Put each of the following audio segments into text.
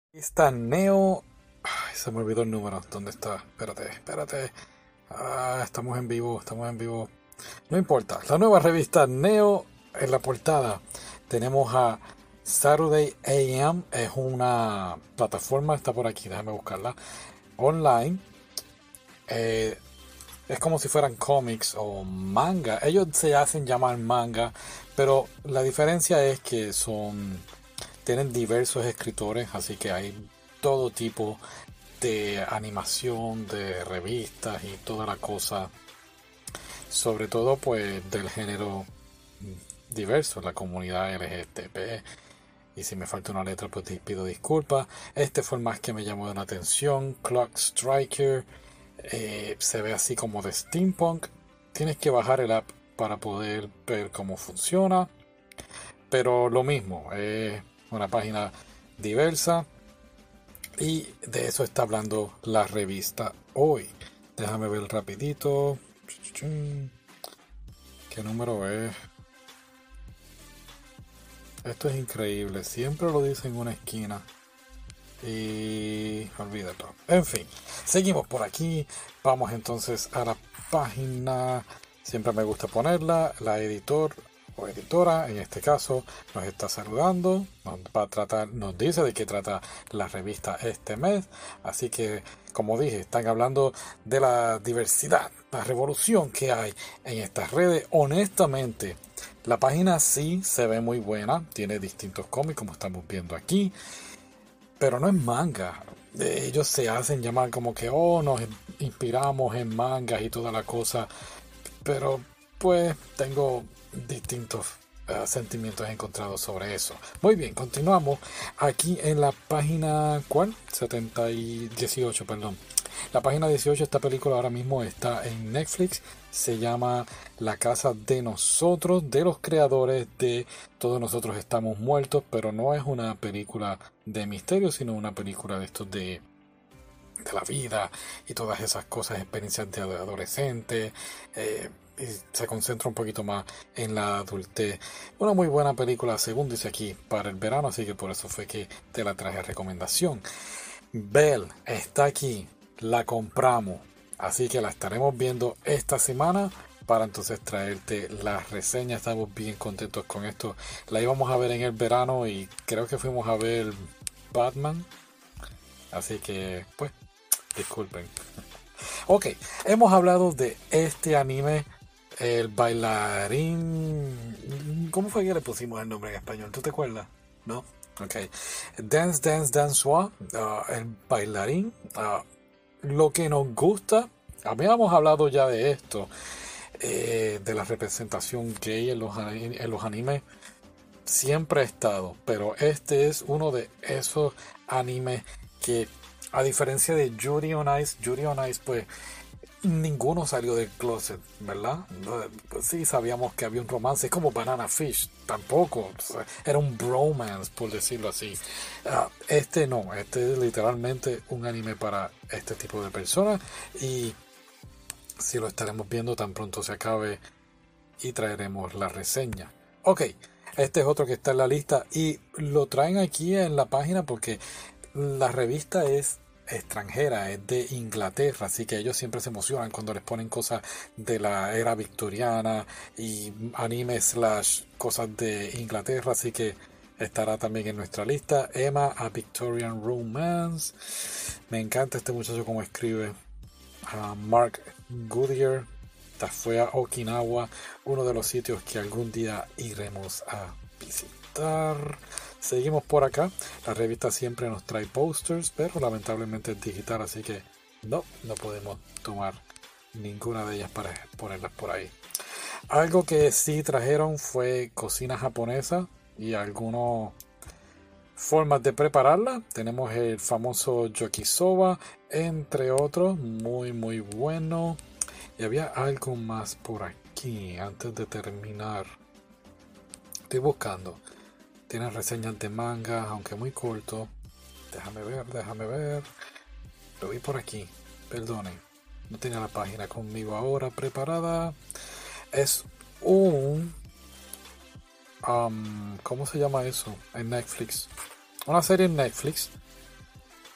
Está Neo. Ay, se me olvidó el número. ¿Dónde está? Espérate. Estamos en vivo, estamos en vivo. No importa. La nueva revista Neo en la portada. Tenemos a Saturday AM. Es una plataforma, está por aquí, déjame buscarla. Online. Eh, es como si fueran cómics o manga. Ellos se hacen llamar manga, pero la diferencia es que tienen diversos escritores, así que hay todo tipo de animación, de revistas y toda la cosa, sobre todo pues del género diverso, la comunidad LGTB. Y si me falta una letra, pues te pido disculpas. Este fue el más que me llamó la atención. Clock Striker. Se ve así como de steampunk. Tienes que bajar el app para poder ver cómo funciona. Pero lo mismo, es una página diversa. Y de eso está hablando la revista hoy. Déjame ver rapidito. ¿Qué número es? Esto es increíble. Siempre lo dice en una esquina. Y olvídalo. En fin, seguimos por aquí. Vamos entonces a la página. Siempre me gusta ponerla. La editor o editora, en este caso, nos está saludando. Nos dice de qué trata la revista este mes. Así que, como dije, están hablando de la diversidad, la revolución que hay en estas redes. Honestamente, la página sí se ve muy buena. Tiene distintos cómics, como estamos viendo aquí, pero no es manga. Ellos se hacen llamar como que, oh, nos inspiramos en mangas y toda la cosa. Pero pues tengo distintos sentimientos encontrados sobre eso. Muy bien, continuamos aquí en la página, ¿cuál? 18, perdón. La página 18, esta película ahora mismo está en Netflix. Se llama La Casa de Nosotros, de los creadores de Todos Nosotros Estamos Muertos, pero no es una película de misterio, sino una película de estos de la vida y todas esas cosas, experiencias de adolescente. Y se concentra un poquito más en la adultez. Una muy buena película, según dice aquí, para el verano, así que por eso fue que te la traje a recomendación. Belle está aquí, la compramos, así que la estaremos viendo esta semana para entonces traerte la reseña. Estamos bien contentos con esto. La íbamos a ver en el verano y creo que fuimos a ver Batman, así que pues disculpen. Ok, hemos hablado de este anime, el bailarín. ¿Cómo fue que le pusimos el nombre en español? ¿Tú te acuerdas? ¿No? Ok. Dance, el bailarín. Lo que nos gusta, habíamos hablado ya de esto, de la representación gay en los animes. Siempre ha estado, pero este es uno de esos animes que, a diferencia de Yuri on Ice, pues ninguno salió del closet, ¿verdad? Pues sí, sabíamos que había un romance, es como Banana Fish, tampoco, o sea, era un bromance, por decirlo así. Este no, este es literalmente un anime para este tipo de personas y si lo estaremos viendo tan pronto se acabe y traeremos la reseña. Ok, este es otro que está en la lista y lo traen aquí en la página porque la revista es extranjera, es de Inglaterra, así que ellos siempre se emocionan cuando les ponen cosas de la era victoriana y anime slash cosas de Inglaterra, así que estará también en nuestra lista. Emma, a Victorian Romance. Me encanta este muchacho como escribe. Mark Goodyear fue a Okinawa, uno de los sitios que algún día iremos a visitar. Seguimos por acá. La revista siempre nos trae posters, pero lamentablemente es digital, así que no podemos tomar ninguna de ellas para ponerlas por ahí. Algo que sí trajeron fue cocina japonesa y algunos formas de prepararla. Tenemos el famoso Yokisoba, entre otros, muy bueno. Y había algo más por aquí antes de terminar. Estoy buscando. Tiene reseñas de manga, aunque muy corto. Déjame ver. Lo vi por aquí. Perdonen. No tenía la página conmigo ahora preparada. Es un... ¿cómo se llama eso? En Netflix. Una serie en Netflix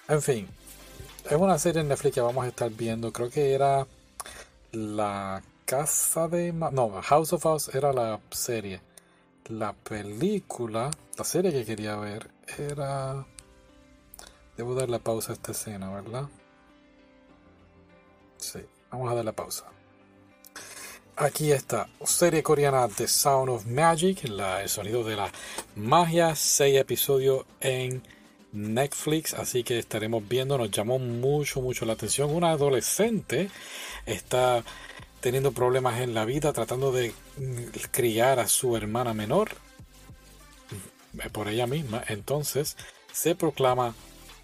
En fin, es una serie en Netflix que vamos a estar viendo. Creo que era La Casa de... No, House of Us era la serie. La película, la serie que quería ver era... Debo dar la pausa a esta escena, ¿verdad? Sí, vamos a dar la pausa. Aquí está, serie coreana The Sound of Magic, el sonido de la magia, 6 episodios en Netflix, así que estaremos viendo, nos llamó mucho la atención. Una adolescente está teniendo problemas en la vida, tratando de criar a su hermana menor por ella misma, entonces se proclama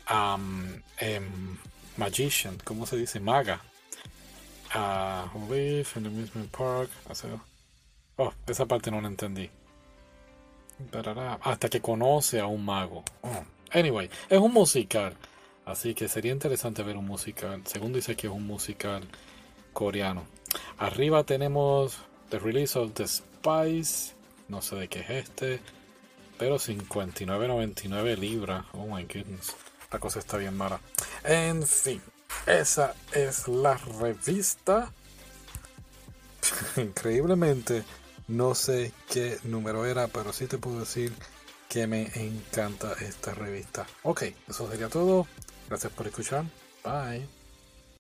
magician, ¿cómo se dice? Maga. Who live in the amusement park. Oh, esa parte no la entendí. Hasta que conoce a un mago. Oh. Anyway, es un musical. Así que sería interesante ver un musical. Según dice que es un musical coreano. Arriba tenemos The Release of the Spice. No sé de qué es este. Pero 59.99 libras. Oh my goodness. La cosa está bien mala. En fin. Esa es la revista. Increíblemente, no sé qué número era, pero sí te puedo decir que me encanta esta revista. Ok, eso sería todo. Gracias por escuchar. Bye.